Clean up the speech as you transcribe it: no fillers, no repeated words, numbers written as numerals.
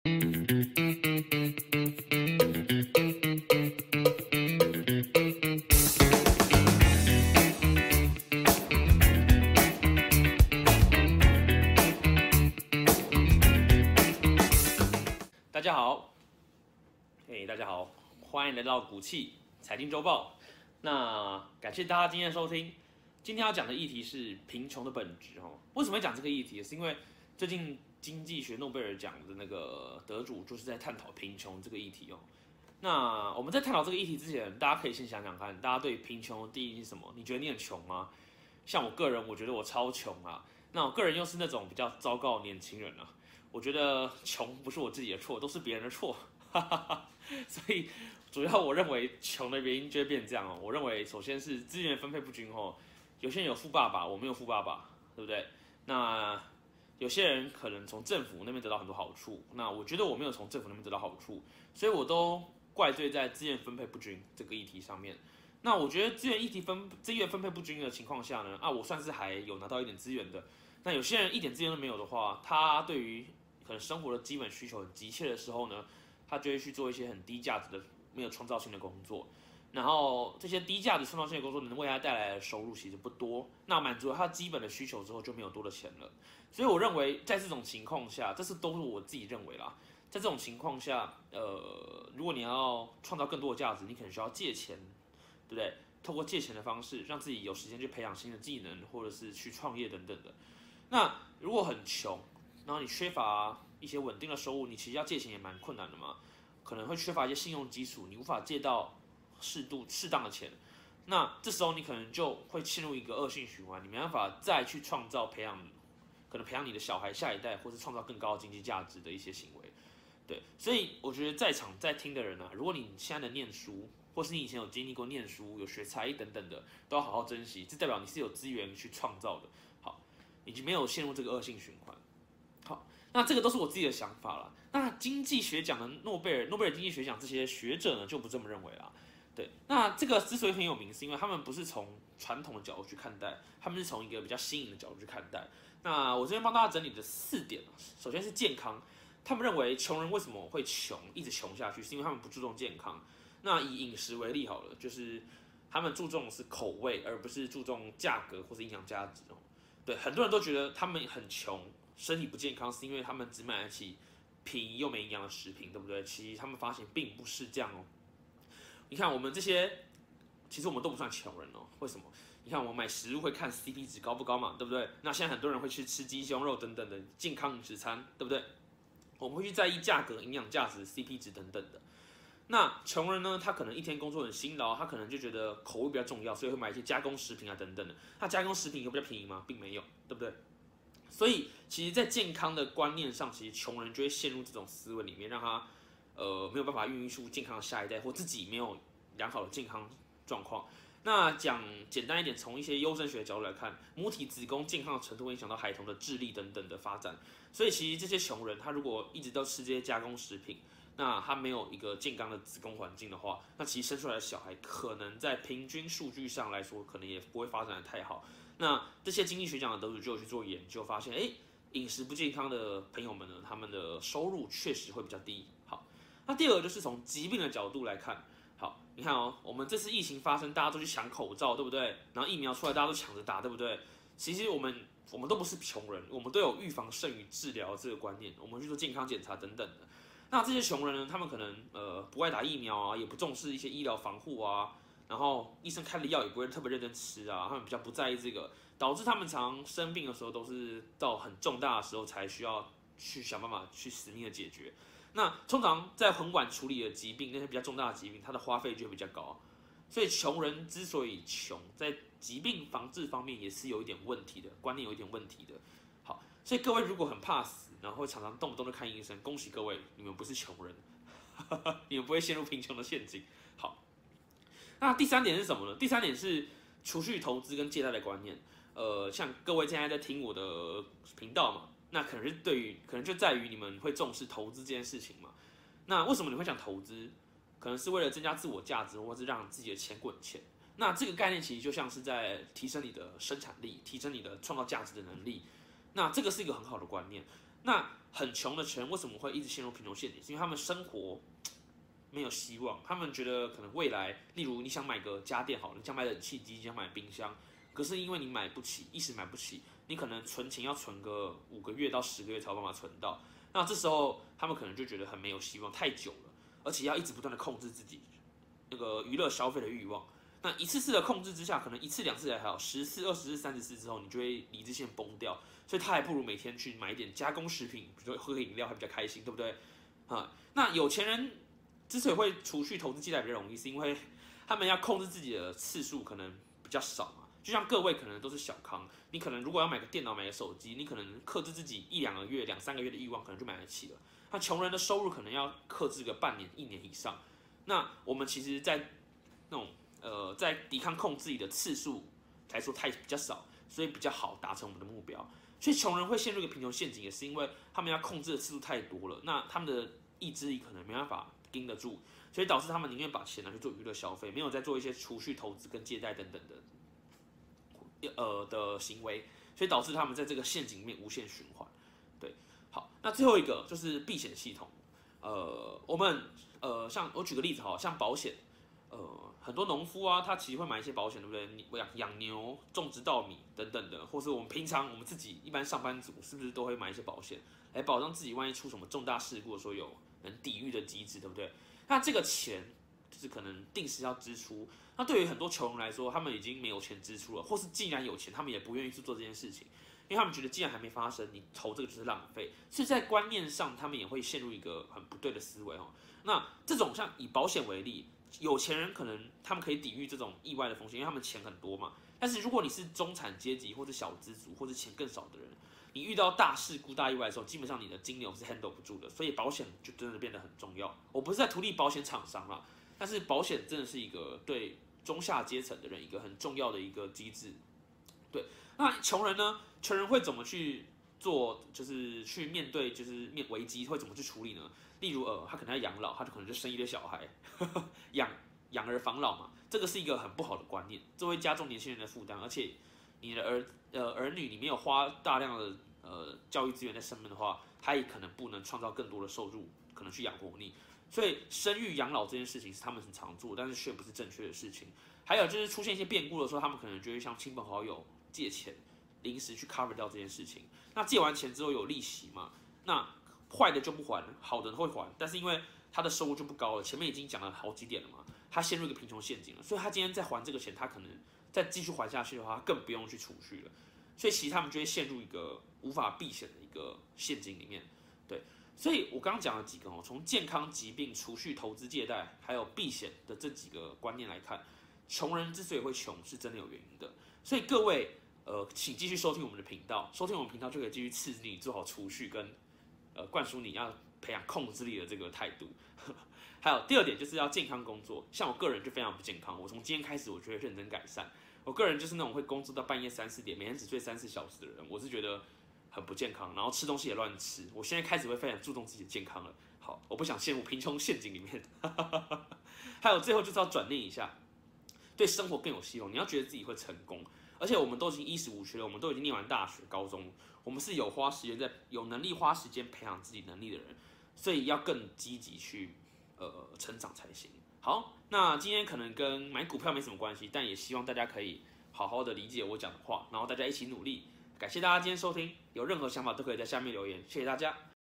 大家好，大家好，欢迎来到股气财经周报。那感谢大家今天的收听。今天要讲的议题是贫穷的本质哦。为什么会讲这个议题？是因为最近经济学诺贝尔奖的那个得主就是在探讨贫穷这个议题哦。那我们在探讨这个议题之前，大家可以先想想看，大家对贫穷的定义是什么？你觉得你很穷吗？像我个人，我觉得我超穷啊。那我个人又是那种比较糟糕的年轻人啊。我觉得穷不是我自己的错，都是别人的错，所以主要我认为穷的原因就会变这样哦。我认为首先是资源分配不均哦，有些人有富爸爸，我没有富爸爸，对不对？那有些人可能从政府那边得到很多好处，那我觉得我没有从政府那边得到好处，所以我都怪罪在资源分配不均这个议题上面。那我觉得资源分配不均的情况下呢，我算是还有拿到一点资源的。那有些人一点资源都没有的话，他对于可能生活的基本需求很急切的时候呢，他就会去做一些很低价值的、没有创造性的工作。然后这些低价值创造性的工作能为他带来的收入其实不多，那满足了他基本的需求之后就没有多的钱了。所以我认为在这种情况下，都是我自己认为啦。在这种情况下，如果你要创造更多的价值，你可能需要借钱，对不对？透过借钱的方式，让自己有时间去培养新的技能，或者是去创业等等的。那如果很穷，然后你缺乏一些稳定的收入，你其实要借钱也蛮困难的嘛，可能会缺乏一些信用基础，你无法借到适当的钱。那这时候你可能就会陷入一个恶性循环，你没办法再去创造可能培养你的小孩下一代，或是创造更高的经济价值的一些行为。对，所以我觉得在听的人啊，如果你现在的念书，或是你以前有经历过念书、有学才艺等等的，都要好好珍惜，这代表你是有资源去创造的。好，已经没有陷入这个恶性循环。好，那这个都是我自己的想法了。那经济学奖的诺贝尔经济学奖这些学者呢，就不这么认为啦。对，那这个之所以很有名，是因为他们不是从传统的角度去看待，他们是从一个比较新颖的角度去看待。那我这边帮大家整理的4点，首先是健康。他们认为穷人为什么会穷，一直穷下去，是因为他们不注重健康。那以饮食为例好了，就是他们注重的是口味，而不是注重价格或是营养价值哦。对，很多人都觉得他们很穷，身体不健康，是因为他们只买得起便宜又没营养的食品，对不对？其实他们发现并不是这样哦。你看我们这些，其实我们都不算穷人哦。为什么？你看我们买食物会看 CP 值高不高嘛，对不对？那现在很多人会去吃鸡胸肉等等的健康饮食餐，对不对？我们会去在意价格、营养价值、CP 值等等的。那穷人呢，他可能一天工作很辛劳，他可能就觉得口味比较重要，所以会买一些加工食品啊等等的。那加工食品有比较便宜吗？并没有，对不对？所以其实，在健康的观念上，其实穷人就会陷入这种思维里面，让他没有办法孕育出健康的下一代，或自己没有良好的健康状况。那讲简单一点，从一些优生学的角度来看，母体子宫健康的程度会影响到孩童的智力等等的发展。所以其实这些穷人，他如果一直都吃这些加工食品，那他没有一个健康的子宫环境的话，那其实生出来的小孩可能在平均数据上来说，可能也不会发展的太好。那这些经济学奖的得主就有去做研究，发现，饮食不健康的朋友们呢，他们的收入确实会比较低。好，那第二个就是从疾病的角度来看。好，你看哦，我们这次疫情发生，大家都去抢口罩，对不对？然后疫苗出来，大家都抢着打，对不对？其实我们都不是穷人，我们都有预防胜于治疗这个观念，我们去做健康检查等等的。那这些穷人呢，他们可能不爱打疫苗啊，也不重视一些医疗防护啊，然后医生开的药也不会特别认真吃啊，他们比较不在意这个，导致他们常生病的时候都是到很重大的时候才需要去想办法去死命的解决。那通常在很晚处理的疾病，那些比较重大的疾病，它的花费就会比较高。所以穷人之所以穷，在疾病防治方面也是有一点问题的，观念有一点问题的。好，所以各位如果很怕死，然后会常常动不动就看医生，恭喜各位，你们不是穷人，你们不会陷入贫穷的陷阱。好，那第3点是什么呢？第3点是储蓄、投资跟借贷的观念。像各位现在在听我的频道嘛，那可能就在于你们会重视投资这件事情嘛。那为什么你会想投资？可能是为了增加自我价值，或是让自己的钱滚钱。那这个概念其实就像是在提升你的生产力，提升你的创造价值的能力。那这个是一个很好的观念。 那很穷的人为什么会一直陷入贫穷陷阱？是因为他们生活没有希望，他们觉得可能未来，例如你想买个家电好了，你想买冷气机，想买冰箱，可是因为你买不起，一时买不起，你可能存钱要存个5个月到10个月才有办法存到。那这时候他们可能就觉得很没有希望，太久了，而且要一直不断的控制自己那个娱乐消费的欲望。那一次次的控制之下，可能1次2次还好，10次、20次、30次之后，你就会理智线崩掉。所以他还不如每天去买一点加工食品，比如说喝个饮料，还比较开心，对不对？那有钱人之所以会储蓄投资借贷比较容易，是因为他们要控制自己的次数可能比较少嘛。就像各位可能都是小康，你可能如果要买个电脑、买个手机，你可能克制自己1、2个月、2、3个月的欲望，可能就买得起了。那穷人的收入可能要克制个半年、1年以上。那我们其实，在那种在抵抗控制自己的次数来说比较少，所以比较好达成我们的目标。所以穷人会陷入一个贫穷陷阱，也是因为他们要控制的次数太多了，那他们的意志力可能没办法盯得住，所以导致他们宁愿把钱拿去做娱乐消费，没有再做一些储蓄、投资跟借贷等等的行为，所以导致他们在这个陷阱里面无限循环。对，好，那最后一个就是避险系统。我们像我举个例子哈，像保险，很多农夫啊，他其实会买一些保险，对不对？你养牛、种植稻米等等的，或是我们平常我们自己一般上班族，是不是都会买一些保险，来保障自己万一出什么重大事故的时候有能抵御的机制，对不对？那这个钱就是可能定时要支出，那对于很多穷人来说，他们已经没有钱支出了，或是既然有钱，他们也不愿意去做这件事情，因为他们觉得既然还没发生，你投这个就是浪费，所以在观念上，他们也会陷入一个很不对的思维哦。那这种像以保险为例，有钱人可能他们可以抵御这种意外的风险，因为他们钱很多嘛。但是如果你是中产阶级或者小资族或者钱更少的人，你遇到大事故、大意外的时候，基本上你的金流是 handle 不住的，所以保险就真的变得很重要。我不是在图利保险厂商啦，但是保险真的是一个对中下阶层的人一个很重要的一个机制。对，那穷人呢？穷人会怎么去做？就是去面对就是危机会怎么去处理呢？例如他可能要养老，他就可能就生一堆小孩，养儿防老嘛，这个是一个很不好的观念，这会加重年轻人的负担，而且你的儿女你没有花大量的教育资源在上面的话，他也可能不能创造更多的收入，可能去养活你。所以生育养老这件事情是他们很常做，但是却不是正确的事情。还有就是出现一些变故的时候，他们可能就会向亲朋好友借钱，临时去 cover 掉这件事情。那借完钱之后有利息嘛？那坏的就不还，好的会还，但是因为他的收入就不高了，前面已经讲了好几点了嘛，他陷入一个贫穷陷阱了，所以他今天再还这个钱，他可能再继续还下去的话，他更不用去储蓄了，所以其实他们就会陷入一个无法避险的一个陷阱里面，对，所以我刚刚讲了几个哦，从健康、疾病、储蓄、投资、借贷，还有避险的这几个观念来看，穷人之所以会穷，是真的有原因的，所以各位。请继续收听我们的频道，收听我们频道就可以继续刺激你做好储蓄跟灌输你要培养控制力的这个态度。还有第二点就是要健康工作，像我个人就非常不健康，我从今天开始我就会认真改善。我个人就是那种会工作到半夜3、4点，每天只睡3、4小时的人，我是觉得很不健康，然后吃东西也乱吃。我现在开始会非常注重自己的健康了。好，我不想陷入贫穷陷阱里面。还有最后就是要转念一下，对生活更有希望。你要觉得自己会成功。而且我们都已经15学了，我们都已经念完大学、高中，我们是有花时间有能力花时间培养自己能力的人，所以要更积极去成长才行。好，那今天可能跟买股票没什么关系，但也希望大家可以好好的理解我讲的话，然后大家一起努力。感谢大家今天收听，有任何想法都可以在下面留言，谢谢大家。